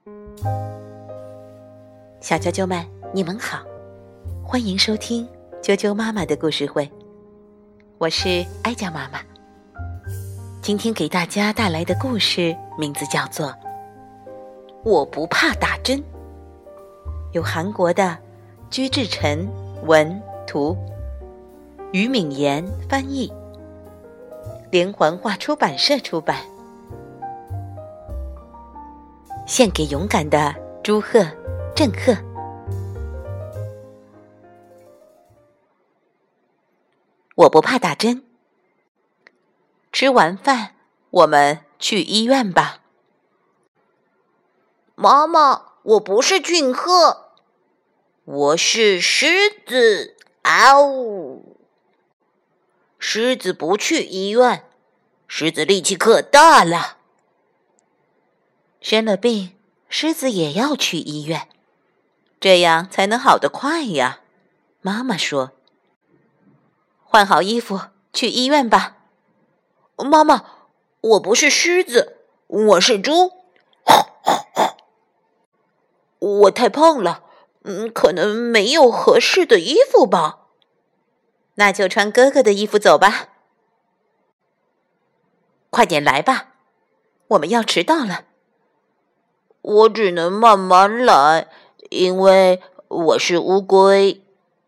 小啾啾们，你们好，欢迎收听啾啾妈妈的故事会，我是哀家妈妈。今天给大家带来的故事名字叫做《我不怕打针》，由韩国的居志晨文图，俞敏妍翻译，连环画出版社出版。献给勇敢的朱赫、郑赫。我不怕打针。吃完饭，我们去医院吧。 妈妈，我不是俊赫，我是狮子。嗷呜！狮子不去医院，狮子力气可大了。 生了病，狮子也要去医院，这样才能好得快呀。妈妈说：“换好衣服，去医院吧。” 妈妈，我不是狮子，我是猪。我太胖了，可能没有合适的衣服吧。 那就穿哥哥的衣服走吧。快点来吧，我们要迟到了。 我只能慢慢来，因为我是乌龟。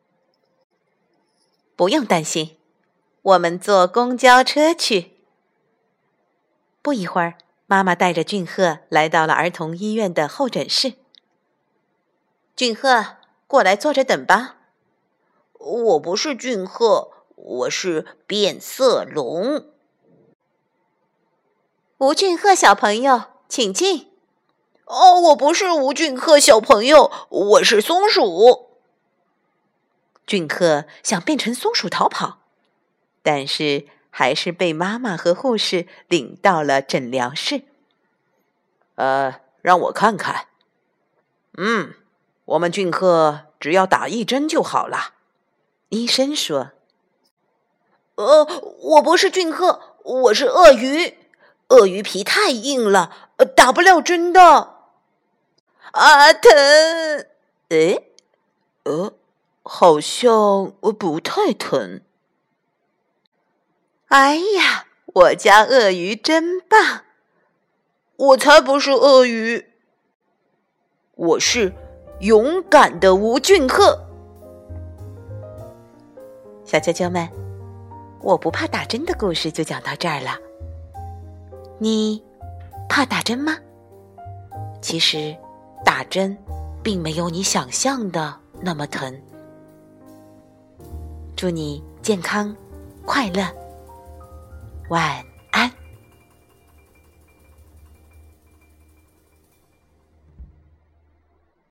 不用担心，我们坐公交车去。不一会儿，妈妈带着俊赫来到了儿童医院的候诊室。俊赫，过来坐着等吧。 我不是俊赫，我是变色龙。 吴俊赫小朋友，请进。 我不是吴俊赫小朋友，我是松鼠。 俊赫想变成松鼠逃跑，但是还是被妈妈和护士领到了诊疗室。 让我看看。我们俊赫只要打1针就好了。 医生说。 我不是俊赫，我是鳄鱼。鳄鱼皮太硬了，打不了针的。疼！ 好像不太疼。 哎呀，我家鳄鱼真棒！ 我才不是鳄鱼，我是勇敢的吴俊赫。 小啾啾们，我不怕打针的故事就讲到这儿了。你怕打针吗？其实打针并没有你想象的那么疼。祝你健康快乐，晚安。